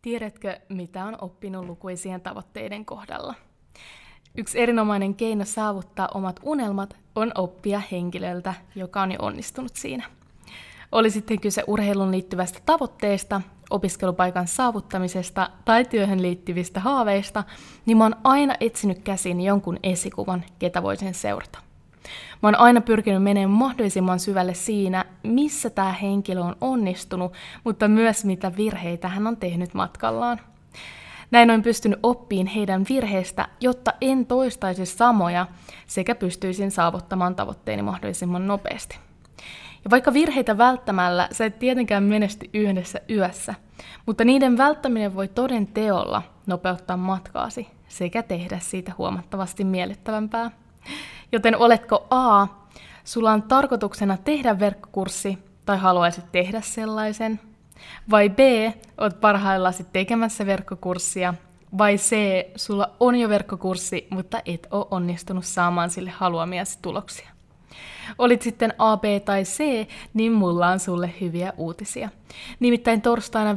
Tiedätkö, mitä on oppinut lukuisien tavoitteiden kohdalla? Yksi erinomainen keino saavuttaa omat unelmat on oppia henkilöltä, joka on jo onnistunut siinä. Oli sitten kyse urheiluun liittyvästä tavoitteesta, opiskelupaikan saavuttamisesta tai työhön liittyvistä haaveista, niin mä oon aina etsinyt käsin jonkun esikuvan, ketä voisin seurata. Mä oon aina pyrkinyt menemään mahdollisimman syvälle siinä, missä tämä henkilö on onnistunut, mutta myös mitä virheitä hän on tehnyt matkallaan. Näin olen pystynyt oppimaan heidän virheistä, jotta en toistaisi samoja sekä pystyisin saavuttamaan tavoitteeni mahdollisimman nopeasti. Ja vaikka virheitä välttämällä sä et tietenkään menesty yhdessä yössä, mutta niiden välttäminen voi toden teolla nopeuttaa matkaasi sekä tehdä siitä huomattavasti miellyttävämpää. Joten oletko A, sulla on tarkoituksena tehdä verkkokurssi tai haluaisit tehdä sellaisen? Vai B, oot parhaillasi tekemässä verkkokurssia? Vai C, sulla on jo verkkokurssi, mutta et ole onnistunut saamaan sille haluamiasi tuloksia? Olit sitten A, B tai C, niin mulla on sulle hyviä uutisia. Nimittäin torstaina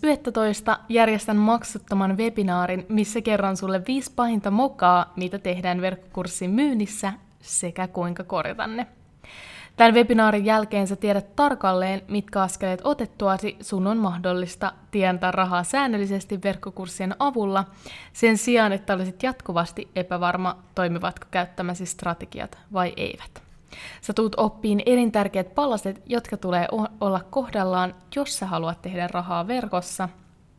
5.11. järjestän maksuttoman webinaarin, missä kerron sulle 5 pahinta mokaa, mitä tehdään verkkokurssin myynnissä sekä kuinka korjata ne. Tämän webinaarin jälkeen sä tiedät tarkalleen, mitkä askeleet otettuasi sun on mahdollista tientää rahaa säännöllisesti verkkokurssien avulla, sen sijaan, että olisit jatkuvasti epävarma, toimivatko käyttämäsi strategiat vai eivät. Sä tuut oppiin elintärkeät palaset, jotka tulee olla kohdallaan, jos sä haluat tehdä rahaa verkossa,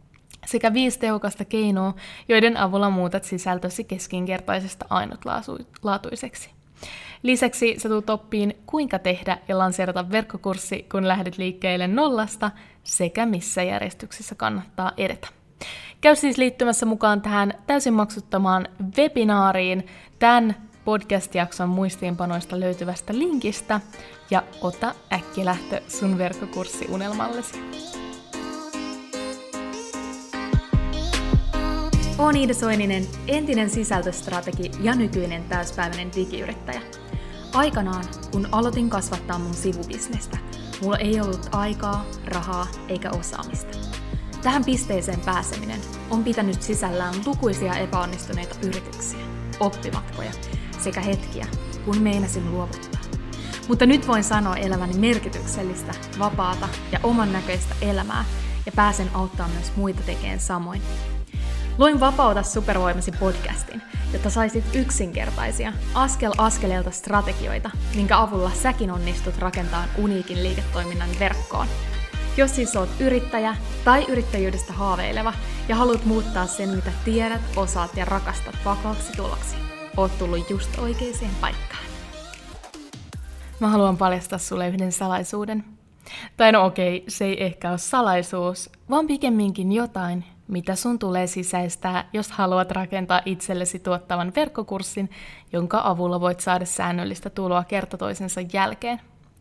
sekä 5 tehokasta keinoa, joiden avulla muutat sisältösi keskinkertaisesta ainutlaatuiseksi. Lisäksi sä tulet oppiin, kuinka tehdä ja lanseerata verkkokurssi, kun lähdet liikkeelle nollasta, sekä missä järjestyksessä kannattaa edetä. Käy siis liittymässä mukaan tähän täysin maksuttomaan webinaariin tämän podcast-jakson muistiinpanoista löytyvästä linkistä ja ota äkkilähtö sun verkkokurssiunelmallesi. Oon Iida Soininen, entinen sisältöstrategi ja nykyinen täyspäiväinen digiyrittäjä. Aikanaan, kun aloitin kasvattaa mun sivubisnestä, mulla ei ollut aikaa, rahaa eikä osaamista. Tähän pisteeseen pääseminen on pitänyt sisällään lukuisia epäonnistuneita yrityksiä, oppimatkoja sekä hetkiä, kun meinasin luovuttaa. Mutta nyt voin sanoa elämäni merkityksellistä, vapaata ja oman näköistä elämää ja pääsen auttamaan myös muita tekemään samoin. Luin Vapauta supervoimasi podcastin, jotta saisit yksinkertaisia, askel askeleelta strategioita, minkä avulla säkin onnistut rakentamaan uniikin liiketoiminnan verkkoon. Jos siis oot yrittäjä tai yrittäjyydestä haaveileva ja haluat muuttaa sen, mitä tiedät, osaat ja rakastat vakaaksi tuloksi, oot tullut just oikeaan paikkaan. Mä haluan paljastaa sulle yhden salaisuuden. Tai no okei, se ei ehkä ole salaisuus, vaan pikemminkin jotain, mitä sun tulee sisäistää, jos haluat rakentaa itsellesi tuottavan verkkokurssin, jonka avulla voit saada säännöllistä tuloa kerta toisensa jälkeen.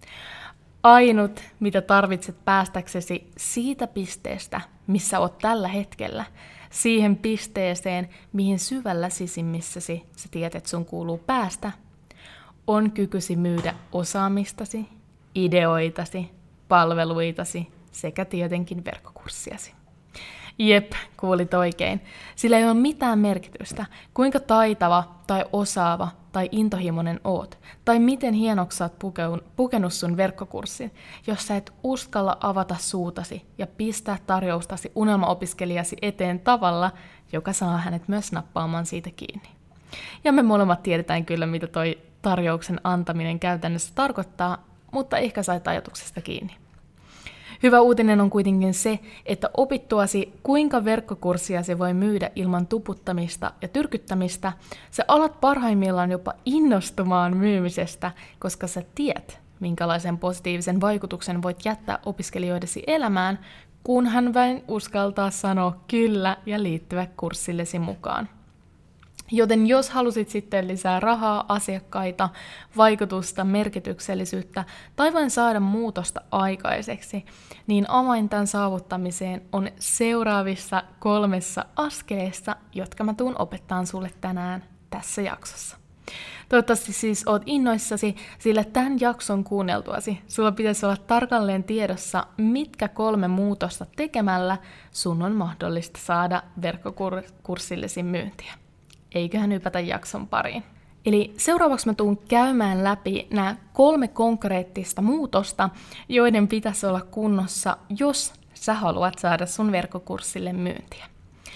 Ainut, mitä tarvitset päästäksesi siitä pisteestä, missä oot tällä hetkellä, siihen pisteeseen, mihin syvällä sisimmissäsi sä tiedät, että sun kuuluu päästä, on kykysi myydä osaamistasi, ideoitasi, palveluitasi sekä tietenkin verkkokurssiasi. Jep, kuulit oikein. Sillä ei ole mitään merkitystä, kuinka taitava tai osaava tai intohimoinen oot, tai miten hienoksi oot pukenut sun verkkokurssin, jos sä et uskalla avata suutasi ja pistää tarjoustasi unelmaopiskelijasi eteen tavalla, joka saa hänet myös nappaamaan siitä kiinni. Ja me molemmat tiedetään kyllä, mitä toi tarjouksen antaminen käytännössä tarkoittaa, mutta ehkä sait ajatuksesta kiinni. Hyvä uutinen on kuitenkin se, että opittuasi, kuinka verkkokurssia se voi myydä ilman tuputtamista ja tyrkyttämistä, sä alat parhaimmillaan jopa innostumaan myymisestä, koska sä tiedät, minkälaisen positiivisen vaikutuksen voit jättää opiskelijoidesi elämään, kunhan vain uskaltaa sanoa kyllä ja liittyä kurssillesi mukaan. Joten jos halusit sitten lisää rahaa, asiakkaita, vaikutusta, merkityksellisyyttä tai vain saada muutosta aikaiseksi, niin avain tämän saavuttamiseen on seuraavissa 3 askeleessa, jotka mä tuun opettaan sulle tänään tässä jaksossa. Toivottavasti siis oot innoissasi, sillä tämän jakson kuunneltuasi sulla pitäisi olla tarkalleen tiedossa, mitkä 3 muutosta tekemällä sun on mahdollista saada verkkokurssillesi myyntiä. Eiköhän hypätä jakson pariin. Eli seuraavaksi mä tuun käymään läpi nämä 3 konkreettista muutosta, joiden pitäisi olla kunnossa, jos sä haluat saada sun verkkokurssille myyntiä.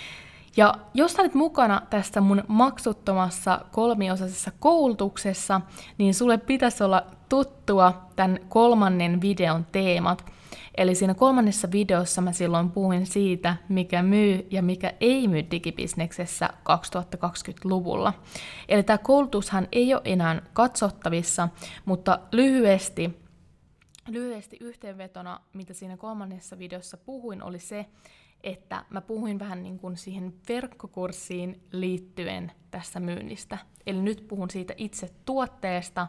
Ja jos sä olet mukana tässä mun maksuttomassa 3-osaisessa koulutuksessa, niin sulle pitäisi olla tuttua tämän 3. videon teemat. Eli siinä 3. videossa mä silloin puhuin siitä, mikä myy ja mikä ei myy digibisneksessä 2020-luvulla. Eli tämä koulutushan ei ole enää katsottavissa, mutta lyhyesti yhteenvetona, mitä siinä 3. videossa puhuin, oli se, että mä puhuin vähän niin kuin siihen verkkokurssiin liittyen tässä myynnistä. Eli nyt puhun siitä itse tuotteesta,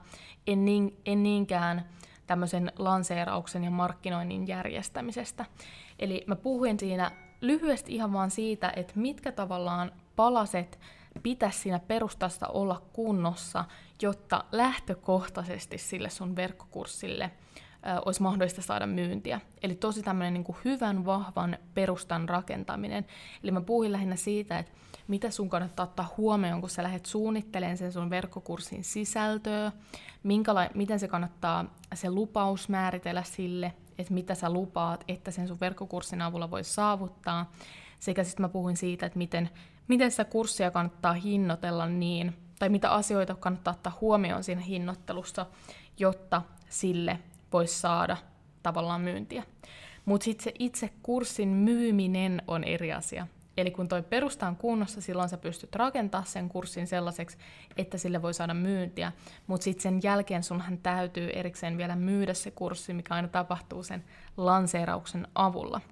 en niinkään tämmöisen lanseerauksen ja markkinoinnin järjestämisestä. Eli mä puhuin siinä lyhyesti ihan vaan siitä, että mitkä tavallaan palaset pitäisi siinä perustasta olla kunnossa, jotta lähtökohtaisesti sille sun verkkokurssille olisi mahdollista saada myyntiä. Eli tosi tämmöinen niin kuin hyvän, vahvan perustan rakentaminen. Eli mä puhuin lähinnä siitä, että mitä sun kannattaa ottaa huomioon, kun sä lähdet suunnittelemaan sen sun verkkokurssin sisältöä, miten se kannattaa se lupaus määritellä sille, että mitä sä lupaat, että sen sun verkkokurssin avulla voi saavuttaa. Sekä sitten mä puhuin siitä, että miten sitä kurssia kannattaa hinnoitella niin, tai mitä asioita kannattaa ottaa huomioon siinä hinnoittelussa, jotta sille voisi saada tavallaan myyntiä. Mutta sitten se itse kurssin myyminen on eri asia. Eli kun toi perusta on kunnossa, silloin sä pystyt rakentamaan sen kurssin sellaiseksi, että sille voi saada myyntiä. Mutta sitten sen jälkeen sunhan täytyy erikseen vielä myydä se kurssi, mikä aina tapahtuu sen lanseerauksen avulla.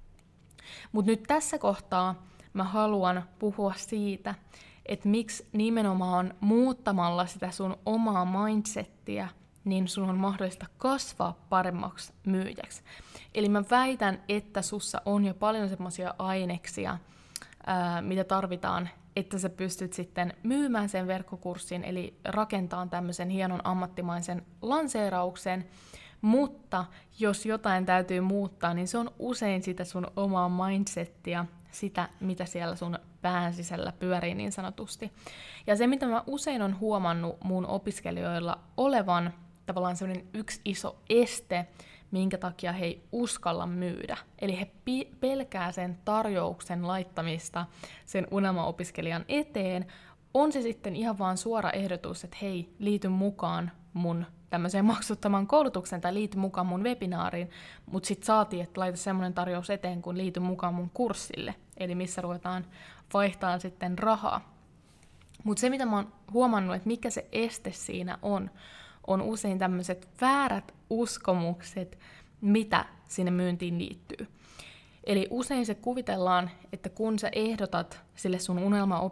Mutta nyt tässä kohtaa mä haluan puhua siitä, että miksi nimenomaan muuttamalla sitä sun omaa mindsettiä, niin sun on mahdollista kasvaa paremmaksi myyjäksi. Eli mä väitän, että sussa on jo paljon semmoisia aineksia, mitä tarvitaan, että sä pystyt sitten myymään sen verkkokurssin, eli rakentamaan tämmöisen hienon ammattimaisen lanseerauksen, mutta jos jotain täytyy muuttaa, niin se on usein sitä sun omaa mindsettiä, sitä, mitä siellä sun pään sisällä pyörii niin sanotusti. Ja se, mitä mä usein on huomannut mun opiskelijoilla olevan tavallaan sellainen yksi iso este, minkä takia he ei uskalla myydä. Eli he pelkää sen tarjouksen laittamista sen unelmaopiskelijan eteen. On se sitten ihan vaan suora ehdotus, että hei, liity mukaan mun tämmöiseen maksuttamaan koulutukseen tai liity mukaan mun webinaariin, mutta sitten saatiin, että laita semmoinen tarjous eteen, kun liity mukaan mun kurssille, eli missä ruvetaan vaihtamaan sitten rahaa. Mutta se, mitä mä oon huomannut, että mikä se este siinä on usein tämmöiset väärät uskomukset, mitä sinne myyntiin liittyy. Eli usein se kuvitellaan, että kun sä ehdotat sille sun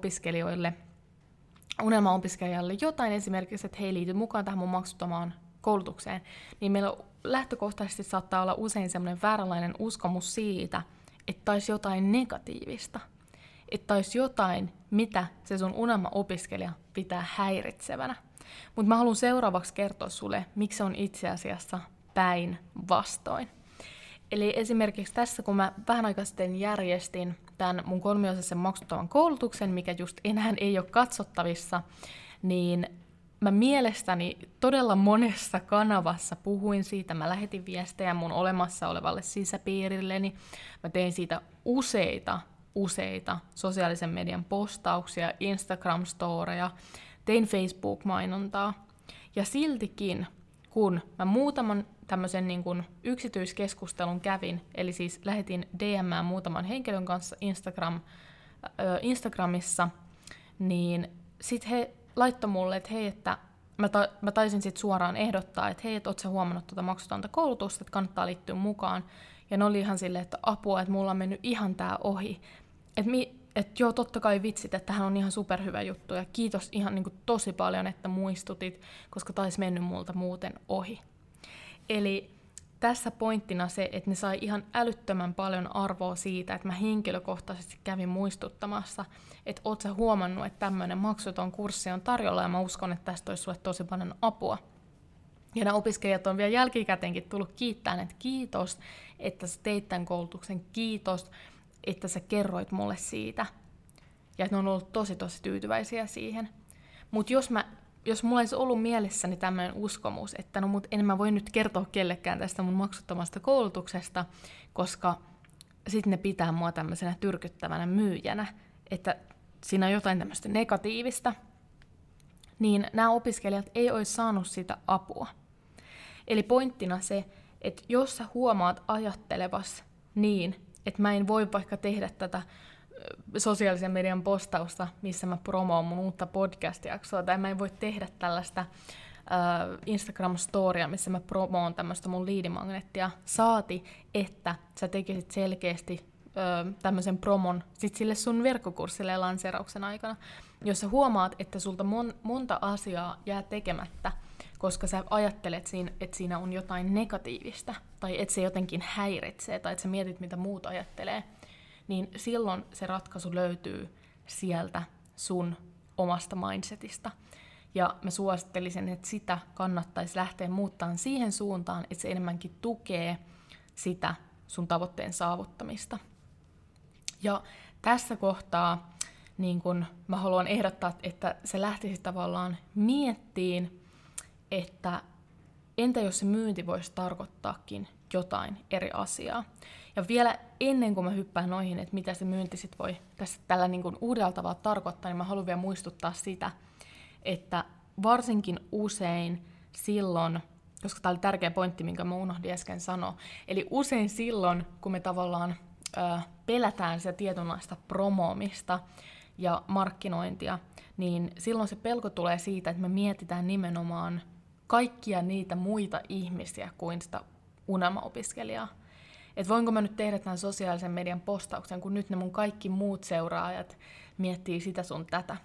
unelmaopiskelijalle jotain esimerkiksi, että hei, liity mukaan tähän mun maksuttomaan koulutukseen, niin meillä lähtökohtaisesti saattaa olla usein semmoinen vääränlainen uskomus siitä, että taisi jotain negatiivista. Että taisi jotain, mitä se sun unelmaopiskelija pitää häiritsevänä. Mutta mä haluan seuraavaksi kertoa sulle, miksi se on itse asiassa päinvastoin. Eli esimerkiksi tässä, kun mä vähän aikaa sitten järjestin tämän mun 3-osaisen maksuttoman koulutuksen, mikä just enää ei ole katsottavissa, niin mä mielestäni todella monessa kanavassa puhuin siitä, mä lähetin viestejä mun olemassa olevalle sisäpiirilleni, mä tein siitä useita sosiaalisen median postauksia, Instagram-storeja, tein Facebook-mainontaa, ja siltikin, kun mä muutaman tämmöisen niin kuin yksityiskeskustelun kävin, eli siis lähetin DM:ää muutaman henkilön kanssa Instagramissa, niin sit he laittoi mulle, että hei, että mä taisin sit suoraan ehdottaa, että hei, että oot sä huomannut tuota maksutonta koulutusta, että kannattaa liittyä mukaan. Ja ne oli ihan silleen, että apua, että mulla on mennyt ihan tää ohi. Että joo, totta kai vitsit, että tämähän on ihan superhyvä juttu, ja kiitos ihan niin kuin tosi paljon, että muistutit, koska taisi mennyt multa muuten ohi. Eli tässä pointtina se, että ne sai ihan älyttömän paljon arvoa siitä, että mä henkilökohtaisesti kävin muistuttamassa, että oot sä huomannut, että tämmöinen maksuton kurssi on tarjolla, ja mä uskon, että tästä olisi sulle tosi paljon apua. Ja nämä opiskelijat on vielä jälkikäteenkin tullut kiittämään, että kiitos, että sä teit tämän koulutuksen, kiitos, että sä kerroit mulle siitä. Ja että ne on ollut tosi tyytyväisiä siihen. Mutta jos mulla olisi ollut mielessäni tämmöinen uskomus, että no mut en mä voi nyt kertoa kellekään tästä mun maksuttomasta koulutuksesta, koska sitten ne pitää mua tämmöisenä tyrkyttävänä myyjänä, että siinä on jotain tämmöistä negatiivista, niin nämä opiskelijat ei olisi saanut sitä apua. Eli pointtina se, että jos sä huomaat ajattelevas niin, että mä en voi vaikka tehdä tätä sosiaalisen median postausta, missä mä promoon mun uutta podcast-jaksoa, tai mä en voi tehdä tällaista Instagram-storia, missä mä promoon tämmöistä mun liidimagnettia, saati, että sä tekisit selkeästi tämmöisen promon sit sille sun verkkokurssille lanseerauksen aikana, jos sä huomaat, että sulta monta asiaa jää tekemättä, koska sä ajattelet, että siinä on jotain negatiivista, tai että se jotenkin häiritsee, tai että sä mietit, mitä muut ajattelee, niin silloin se ratkaisu löytyy sieltä sun omasta mindsetista. Ja mä suosittelisin, että sitä kannattaisi lähteä muuttamaan siihen suuntaan, että se enemmänkin tukee sitä sun tavoitteen saavuttamista. Ja tässä kohtaa niin kun mä haluan ehdottaa, että se lähtisi tavallaan miettiin, että entä jos se myynti voisi tarkoittaakin jotain eri asiaa. Ja vielä ennen kuin mä hyppään noihin, että mitä se myynti sit voi tässä tällä niin kuin uudella tavalla tarkoittaa, niin mä haluan vielä muistuttaa sitä, että varsinkin usein silloin, koska tämä oli tärkeä pointti, minkä mä unohdin äsken sanoa, eli usein silloin, kun me tavallaan pelätään sitä tietynlaista promoomista ja markkinointia, niin silloin se pelko tulee siitä, että me mietitään nimenomaan kaikkia niitä muita ihmisiä kuin sitä unelmaopiskelijaa. Että voinko mä nyt tehdä tämän sosiaalisen median postauksen, kun nyt ne mun kaikki muut seuraajat miettii sitä sun tätä.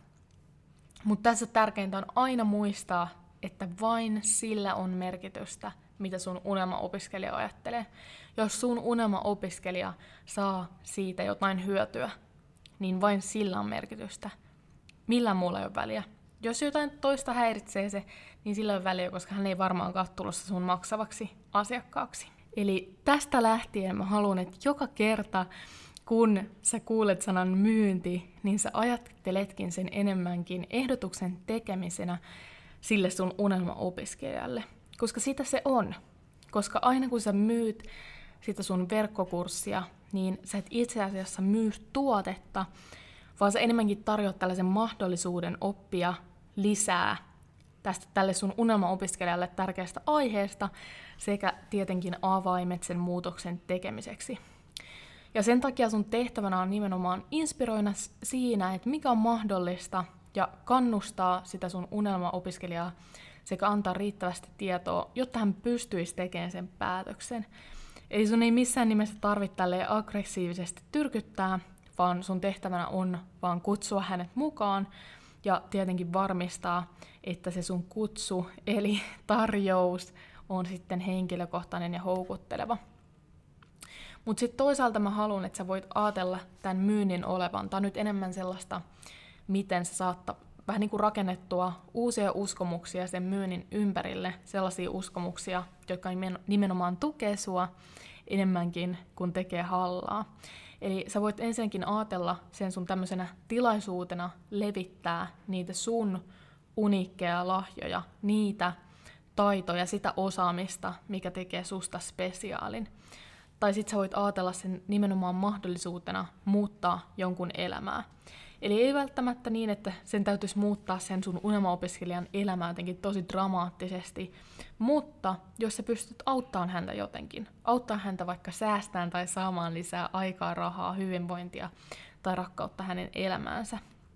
Mutta tässä tärkeintä on aina muistaa, että vain sillä on merkitystä, mitä sun unelmaopiskelija ajattelee. Jos sun unelmaopiskelija saa siitä jotain hyötyä, niin vain sillä on merkitystä. Millään muulla ei ole väliä. Jos jotain toista häiritsee se, niin sillä on väliä, koska hän ei varmaankaan tulossa sun maksavaksi asiakkaaksi. Eli tästä lähtien mä haluan, että joka kerta, kun sä kuulet sanan myynti, niin sä ajatteletkin sen enemmänkin ehdotuksen tekemisenä sille sun unelmaopiskelijalle. Koska sitä se on. Koska aina kun sä myyt sitä sun verkkokurssia, niin sä et itse asiassa myy tuotetta, vaan sä enemmänkin tarjoat tällaisen mahdollisuuden oppia lisää tälle sun unelmaopiskelijalle tärkeästä aiheesta sekä tietenkin avaimet sen muutoksen tekemiseksi. Ja sen takia sun tehtävänä on nimenomaan inspiroida siinä, että mikä on mahdollista ja kannustaa sitä sun unelmaopiskelijaa sekä antaa riittävästi tietoa, jotta hän pystyisi tekemään sen päätöksen. Eli sun ei missään nimessä tarvitse tälleen aggressiivisesti tyrkyttää, vaan sun tehtävänä on vaan kutsua hänet mukaan ja tietenkin varmistaa, että se sun kutsu eli tarjous on sitten henkilökohtainen ja houkutteleva. Mutta sitten toisaalta mä haluan, että sä voit ajatella tämän myynnin olevan. Tää on nyt enemmän sellaista, miten sä saat vähän niin kuin rakennettua uusia uskomuksia sen myynnin ympärille. Sellaisia uskomuksia, jotka nimenomaan tukee sua enemmänkin kuin tekee hallaa. Eli sä voit ensinnäkin ajatella sen sun tämmöisenä tilaisuutena levittää niitä sun uniikkeja lahjoja, niitä taitoja, sitä osaamista, mikä tekee susta spesiaalin. Tai sit sä voit ajatella sen nimenomaan mahdollisuutena muuttaa jonkun elämää. Eli ei välttämättä niin, että sen täytyisi muuttaa sen sun unelmaopiskelijan elämää jotenkin tosi dramaattisesti, mutta jos sä pystyt auttamaan häntä jotenkin, auttaa häntä vaikka säästään tai saamaan lisää aikaa, rahaa, hyvinvointia tai rakkautta hänen elämäänsä.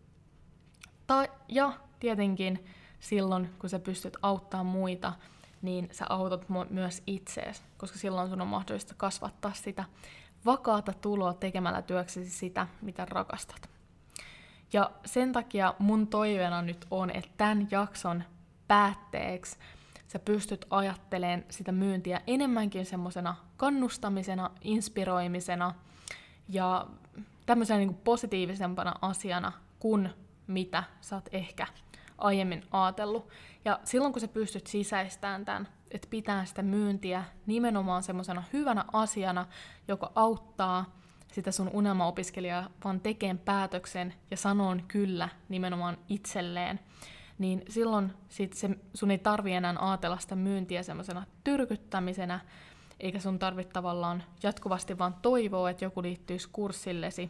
Ja tietenkin silloin, kun sä pystyt auttamaan muita, niin sä autat myös itseesi, koska silloin sun on mahdollista kasvattaa sitä vakaata tuloa tekemällä työksesi sitä, mitä rakastat. Ja sen takia mun toiveena nyt on, että tämän jakson päätteeksi sä pystyt ajattelemaan sitä myyntiä enemmänkin semmosena kannustamisena, inspiroimisena ja tämmöisenä niin kuin positiivisempana asiana kuin mitä sä oot ehkä aiemmin ajatellut. Ja silloin kun sä pystyt sisäistämään tämän, että pitää sitä myyntiä nimenomaan semmosena hyvänä asiana, joka auttaa sitä sun unelmaopiskelijaa vaan tekemään päätöksen ja sanoon kyllä nimenomaan itselleen, niin silloin sun ei tarvi enää ajatella sitä myyntiä semmosena tyrkyttämisenä, eikä sun tarvitse tavallaan jatkuvasti vaan toivoa, että joku liittyisi kurssillesi.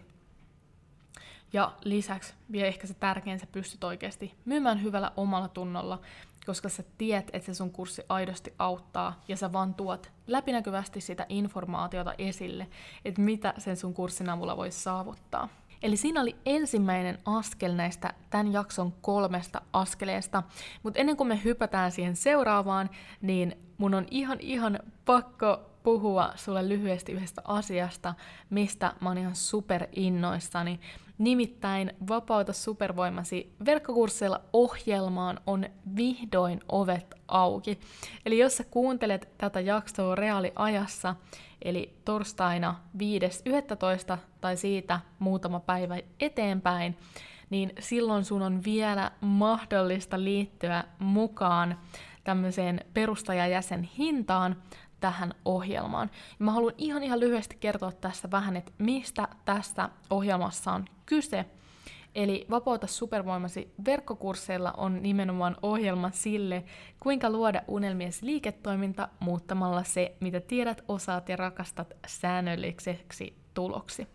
Ja lisäksi vielä ehkä se tärkein, sä pystyt oikeasti myymään hyvällä omalla tunnolla, koska sä tiedät, että se sun kurssi aidosti auttaa, ja sä vaan tuot läpinäkyvästi sitä informaatiota esille, että mitä sen sun kurssin avulla voisi saavuttaa. Eli siinä oli ensimmäinen askel näistä tämän jakson 3 askeleesta, mutta ennen kuin me hypätään siihen seuraavaan, niin mun on ihan pakko puhua sulle lyhyesti yhdestä asiasta, mistä mä oon ihan super innoissani. Nimittäin Vapauta supervoimasi verkkokursseilla ohjelmaan on vihdoin ovet auki. Eli jos sä kuuntelet tätä jaksoa reaaliajassa, eli torstaina 5.11. tai siitä muutama päivä eteenpäin, niin silloin sun on vielä mahdollista liittyä mukaan tämmöiseen perustajajäsen hintaan tähän ohjelmaan. Ja mä haluan ihan lyhyesti kertoa tässä vähän, että mistä tässä ohjelmassa on kyse. Eli Vapauta supervoimasi verkkokursseilla on nimenomaan ohjelma sille, kuinka luoda unelmiesi liiketoiminta muuttamalla se, mitä tiedät, osaat ja rakastat säännölliseksi tuloksi.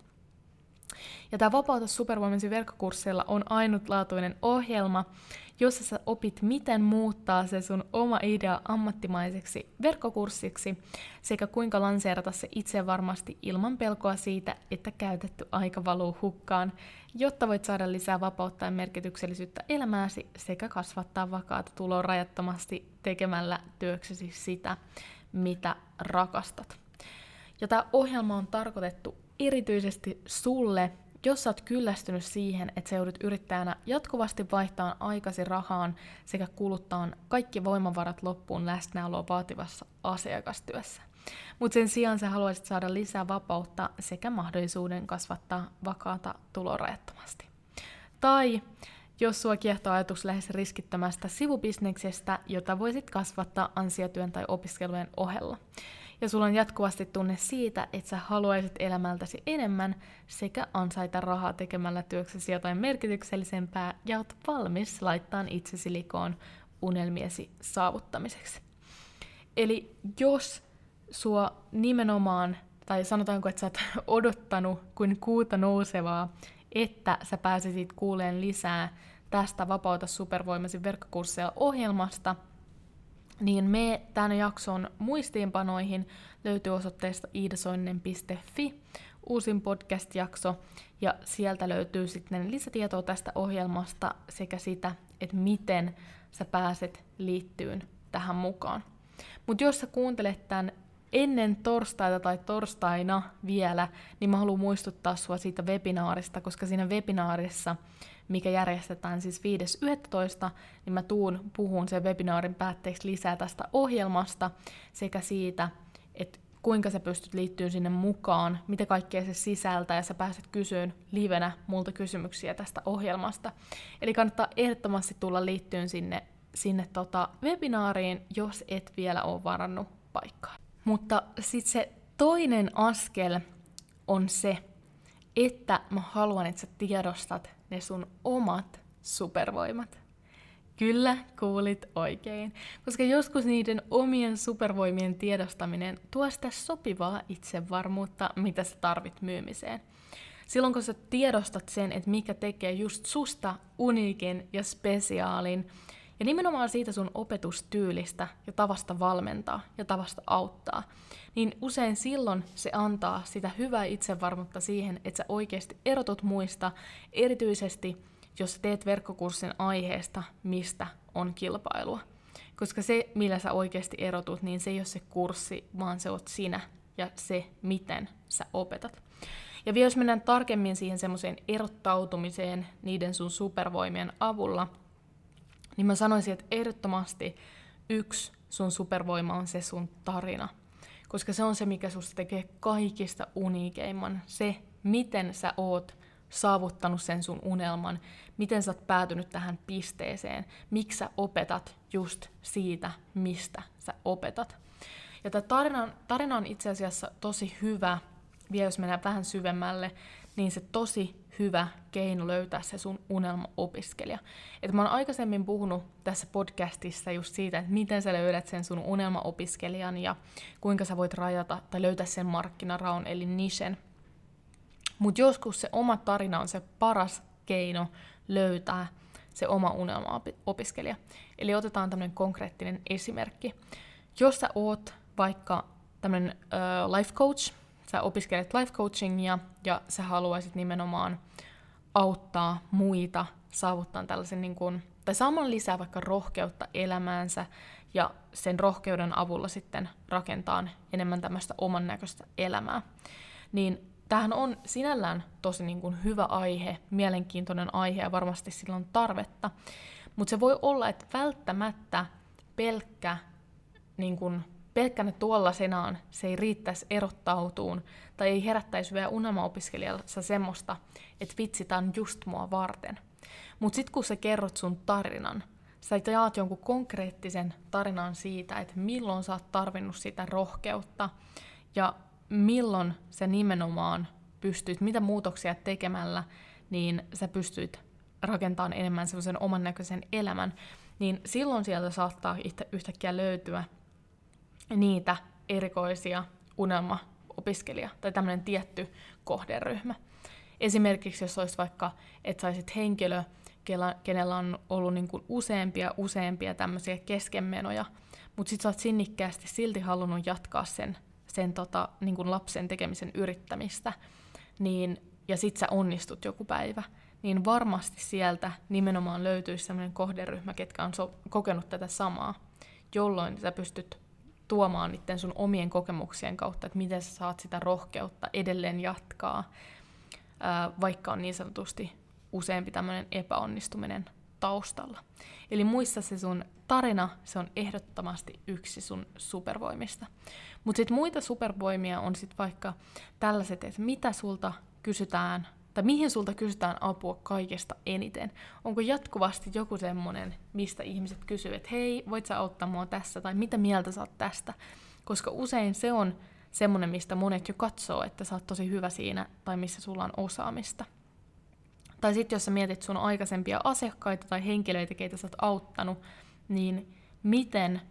Ja tämä Vapauta supervoimasi verkkokursseilla on ainutlaatuinen ohjelma, jossa sä opit, miten muuttaa se sun oma idea ammattimaiseksi verkkokurssiksi, sekä kuinka lanseerata se itse varmasti ilman pelkoa siitä, että käytetty aika valuu hukkaan, jotta voit saada lisää vapautta ja merkityksellisyyttä elämääsi sekä kasvattaa vakaata tuloa rajattomasti tekemällä työksesi sitä, mitä rakastat. Ja tämä ohjelma on tarkoitettu erityisesti sulle, jos sä oot kyllästynyt siihen, että sä joudut yrittäjänä jatkuvasti vaihtaa aikasi rahaan sekä kuluttaa kaikki voimavarat loppuun läsnäoloa vaativassa asiakastyössä. Mutta sen sijaan sä haluaisit saada lisää vapautta sekä mahdollisuuden kasvattaa vakaata tuloa rajattomasti. Tai jos sua kiehtoo ajatus lähes riskittömästä sivubisneksestä, jota voisit kasvattaa ansiotyön tai opiskelujen ohella. Ja sulla on jatkuvasti tunne siitä, että sä haluaisit elämältäsi enemmän sekä ansaita rahaa tekemällä työksesi jotain merkityksellisempää ja oot valmis laittamaan itsesi likoon unelmiesi saavuttamiseksi. Eli jos sua nimenomaan, tai sanotaanko, että sä oot odottanut kuin kuuta nousevaa, että sä pääsisit kuuleen lisää tästä Vapauta supervoimasi verkkokursseilla ohjelmasta, niin me tämän jakson muistiinpanoihin löytyy osoitteesta iidasoinen.fi uusin podcast-jakso, ja sieltä löytyy sitten lisätietoa tästä ohjelmasta sekä sitä, että miten sä pääset liittyyn tähän mukaan. Mutta jos sä kuuntelet tämän ennen torstaita tai torstaina vielä, niin mä haluan muistuttaa sua siitä webinaarista, koska siinä webinaarissa, mikä järjestetään siis 5.11., niin mä puhun sen webinaarin päätteeksi lisää tästä ohjelmasta sekä siitä, että kuinka sä pystyt liittymään sinne mukaan, mitä kaikkea se sisältää, ja sä pääset kysyyn livenä multa kysymyksiä tästä ohjelmasta. Eli kannattaa ehdottomasti tulla liittyyn sinne webinaariin, jos et vielä ole varannut paikkaa. Mutta sitten se toinen askel on se, että mä haluan, että sä tiedostat ne sun omat supervoimat. Kyllä, kuulit oikein. Koska joskus niiden omien supervoimien tiedostaminen tuo sitä sopivaa itsevarmuutta, mitä sä tarvit myymiseen. Silloin kun sä tiedostat sen, että mikä tekee just susta uniikin ja spesiaalin, ja nimenomaan siitä sun opetustyylistä ja tavasta valmentaa ja tavasta auttaa, niin usein silloin se antaa sitä hyvää itsevarmuutta siihen, että sä oikeasti erotut muista, erityisesti jos sä teet verkkokurssin aiheesta, mistä on kilpailua. Koska se, millä sä oikeasti erotut, niin se ei ole se kurssi, vaan se oot sinä ja se, miten sä opetat. Ja vielä jos mennään tarkemmin siihen semmoiseen erottautumiseen niiden sun supervoimien avulla, niin mä sanoisin, että ehdottomasti yksi sun supervoima on se sun tarina. Koska se on se, mikä susta tekee kaikista uniikeimman. Se, miten sä oot saavuttanut sen sun unelman, miten sä oot päätynyt tähän pisteeseen, miksi sä opetat just siitä, mistä sä opetat. Ja tämä tarina on itse asiassa tosi hyvä, vielä jos mennään vähän syvemmälle, niin se tosi hyvä keino löytää se sun unelmaopiskelija. Et mä oon aikaisemmin puhunut tässä podcastissa just siitä, että miten sä löydät sen sun unelmaopiskelijan ja kuinka sä voit rajata tai löytää sen markkinaraon eli nichen. Mutta joskus se oma tarina on se paras keino löytää se oma unelmaopiskelija. Eli otetaan tämmöinen konkreettinen esimerkki. Jos sä oot vaikka tämmöinen life coach, sä opiskelet life coachingia ja sä haluaisit nimenomaan auttaa muita saavuttaa tällaisen tai saamaan lisää vaikka rohkeutta elämäänsä ja sen rohkeuden avulla sitten rakentaa enemmän tämmöistä oman näköistä elämää. Niin tämähän on sinällään tosi hyvä aihe, mielenkiintoinen aihe ja varmasti sillä on tarvetta, mutta se voi olla, että välttämättä pelkkänä tuollaisenaan se ei riittäisi erottautuun tai ei herättäisi vielä unelmaopiskelijassa semmoista, että vitsi, tää on just mua varten. Mutta sitten kun sä kerrot sun tarinan, sä jaat jonkun konkreettisen tarinan siitä, että milloin sä oot tarvinnut sitä rohkeutta ja milloin sä nimenomaan pystyt, mitä muutoksia tekemällä, niin sä pystyt rakentamaan enemmän semmoisen oman näköisen elämän, niin silloin sieltä saattaa yhtäkkiä löytyä niitä erikoisia unelmaopiskelija tai tämmöinen tietty kohderyhmä. Esimerkiksi jos olisi vaikka, että saisit henkilö, kenellä on ollut useampia tämmöisiä keskenmenoja, mutta sit sä oot sinnikkäästi silti halunnut jatkaa sen lapsen tekemisen yrittämistä, ja sit sä onnistut joku päivä, niin varmasti sieltä nimenomaan löytyisi sellainen kohderyhmä, ketkä on kokenut tätä samaa, jolloin sä pystyt tuomaan niiden sun omien kokemuksien kautta, että miten sä saat sitä rohkeutta edelleen jatkaa, vaikka on niin sanotusti useampi tämmöinen epäonnistuminen taustalla. Eli muista se sun tarina, se on ehdottomasti yksi sun supervoimista. Mutta sitten muita supervoimia on sitten vaikka tällaiset, että mitä sulta kysytään, tai mihin sulta kysytään apua kaikesta eniten. Onko jatkuvasti joku semmoinen, mistä ihmiset kysyvät, että hei, voit sä auttaa mua tässä, tai mitä mieltä sä oot tästä? Koska usein se on semmoinen, mistä monet jo katsoo, että sä oot tosi hyvä siinä, tai missä sulla on osaamista. Tai sitten jos sä mietit sun aikaisempia asiakkaita tai henkilöitä, keitä sä oot auttanut, niin miten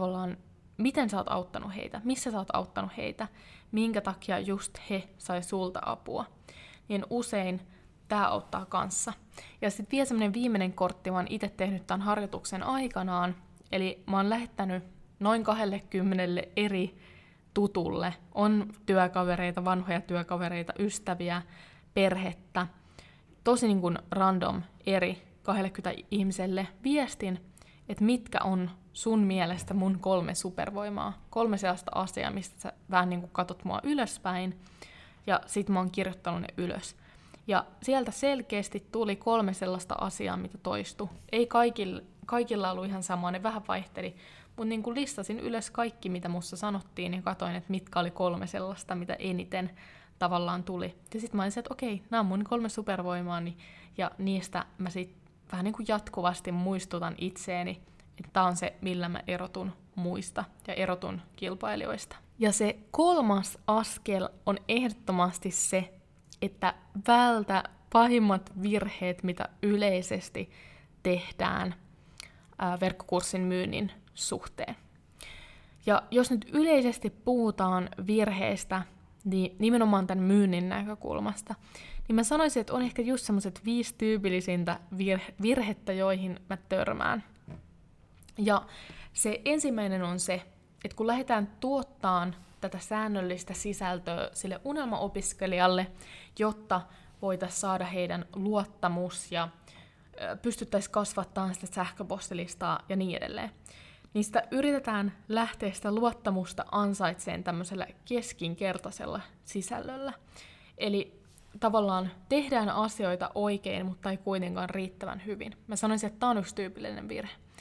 sä oot auttanut heitä, missä sä oot auttanut heitä, minkä takia just he sai sulta apua. Niin usein tää auttaa kanssa. Ja sitten vielä semmoinen viimeinen kortti, mä oon itse tehnyt tämän harjoituksen aikanaan, eli mä oon lähettänyt noin 20 eri tutulle, on työkavereita, vanhoja työkavereita, ystäviä, perhettä, tosi random eri 20 ihmiselle viestin, että mitkä on sun mielestä mun 3 supervoimaa, 3 sellaista asiaa, mistä sä vähän katot mua ylöspäin, ja sit mä oon kirjoittanut ne ylös. Ja sieltä selkeästi tuli 3 sellaista asiaa, mitä toistui. Ei kaikilla ollut ihan samaa, ne vähän vaihteli, mutta listasin ylös kaikki, mitä musta sanottiin, ja katoin, että mitkä oli 3 sellaista, mitä eniten tavallaan tuli. Ja sitten mä olisin, että okei, nämä on mun 3 supervoimaani, ja niistä mä sitten vähän jatkuvasti muistutan itseeni, että tää on se, millä mä erotun muista ja erotun kilpailijoista. Ja se 3. askel on ehdottomasti se, että vältä pahimmat virheet, mitä yleisesti tehdään verkkokurssin myynnin suhteen. Ja jos nyt yleisesti puhutaan virheistä, niin nimenomaan tämän myynnin näkökulmasta, niin mä sanoisin, että on ehkä just semmoiset 5 tyypillisintä virhettä, joihin mä törmään. Ja se ensimmäinen on se, että kun lähdetään tuottamaan tätä säännöllistä sisältöä sille unelmaopiskelijalle, jotta voitaisiin saada heidän luottamus ja pystyttäisiin kasvattamaan sitä sähköpostilistaa ja niin edelleen, niin sitä yritetään lähteä sitä luottamusta ansaitseen tämmöisellä keskinkertaisella sisällöllä. Eli tavallaan tehdään asioita oikein, mutta ei kuitenkaan riittävän hyvin. Mä sanoisin, että tämä on yksi tyypillinen virhe.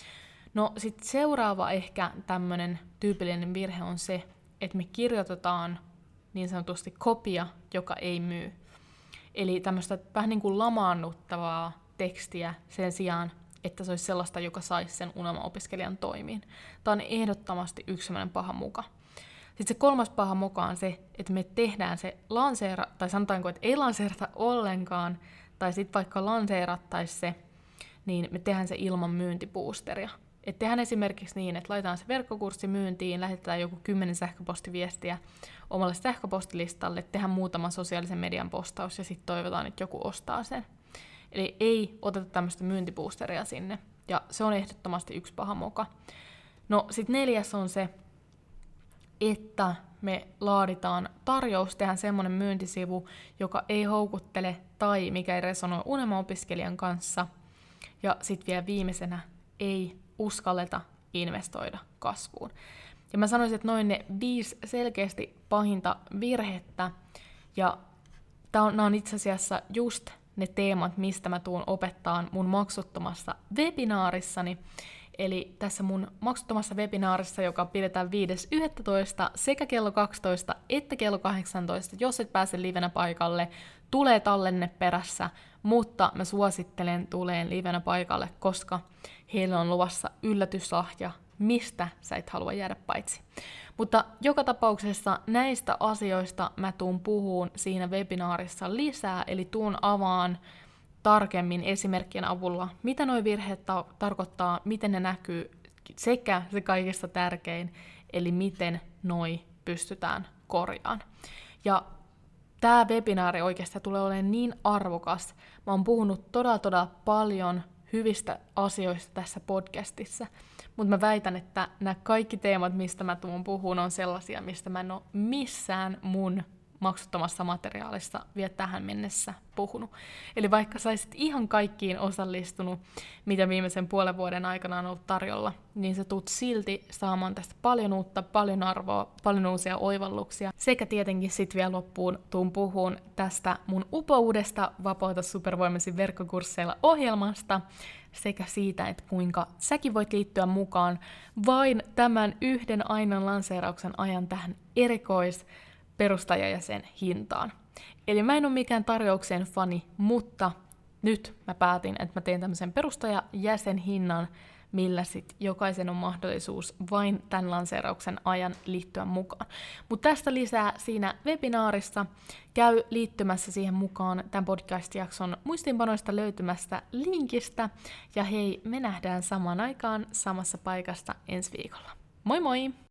No sitten seuraava ehkä tämmöinen tyypillinen virhe on se, että me kirjoitetaan niin sanotusti kopia, joka ei myy. Eli tämmöistä vähän niin kuin lamaannuttavaa tekstiä sen sijaan, että se olisi sellaista, joka saisi sen unelmaopiskelijan toimiin. Tämä on ehdottomasti yksi sellainen paha muka. Sitten se kolmas paha muka on se, että me tehdään se tai sanotaanko, että ei lanseerata ollenkaan, tai sitten vaikka lanseerattaisi se, niin me tehdään se ilman myyntiboosteria. Että tehdään esimerkiksi niin, että laitetaan se verkkokurssi myyntiin, lähetetään joku 10 sähköpostiviestiä omalle sähköpostilistalle, tehdään muutama sosiaalisen median postaus ja sitten toivotaan, että joku ostaa sen. Eli ei oteta tämmöistä myyntiboosteria sinne, ja se on ehdottomasti yksi paha moka. No sitten 4. on se, että me laaditaan tarjous, tehdään semmoinen myyntisivu, joka ei houkuttele tai mikä ei resonoi unelmaopiskelijan kanssa. Ja sitten vielä viimeisenä, ei uskalleta investoida kasvuun. Ja mä sanoisin, että noin ne 5 selkeästi pahinta virhettä, ja nämä on itse asiassa just ne teemat, mistä mä tuun opettaan mun maksuttomassa webinaarissani. Eli tässä mun maksuttomassa webinaarissa, joka pidetään 5.11. sekä kello 12 että kello 18, jos et pääse livenä paikalle, tulee tallenne perässä, mutta mä suosittelen tuleen livenä paikalle, koska heillä on luvassa yllätyslahja, mistä sä et halua jäädä paitsi. Mutta joka tapauksessa näistä asioista mä tuun puhuun siinä webinaarissa lisää, eli tuun avaan tarkemmin esimerkkien avulla, mitä nuo virheet tarkoittaa, miten ne näkyy, sekä se kaikista tärkein, eli miten noi pystytään korjaamaan. Ja tämä webinaari oikeastaan tulee olemaan niin arvokas. Mä oon puhunut todella paljon hyvistä asioista tässä podcastissa, mutta mä väitän, että nämä kaikki teemat, mistä mä tuun puhun, on sellaisia, mistä mä en ole missään mun maksuttomassa materiaalissa vielä tähän mennessä puhunut. Eli vaikka saisit ihan kaikkiin osallistunut, mitä viimeisen puolen vuoden aikana on ollut tarjolla, niin sä tulet silti saamaan tästä paljon uutta, paljon arvoa, paljon uusia oivalluksia. Sekä tietenkin sitten vielä loppuun tuun puhuun tästä mun upoudesta Vapauta supervoimasi verkkokursseilla -ohjelmasta, sekä siitä, että kuinka säkin voit liittyä mukaan vain tämän yhden ainoan lanseerauksen ajan tähän perustajajäsen hintaan. Eli mä en ole mikään tarjouksen fani, mutta nyt mä päätin, että mä teen tämmöisen perustajajäsen hinnan, millä sit jokaisen on mahdollisuus vain tämän lanseerauksen ajan liittyä mukaan. Mutta tästä lisää siinä webinaarissa. Käy liittymässä siihen mukaan tämän podcast-jakson muistiinpanoista löytymästä linkistä. Ja hei, me nähdään samaan aikaan samassa paikassa ensi viikolla. Moi moi!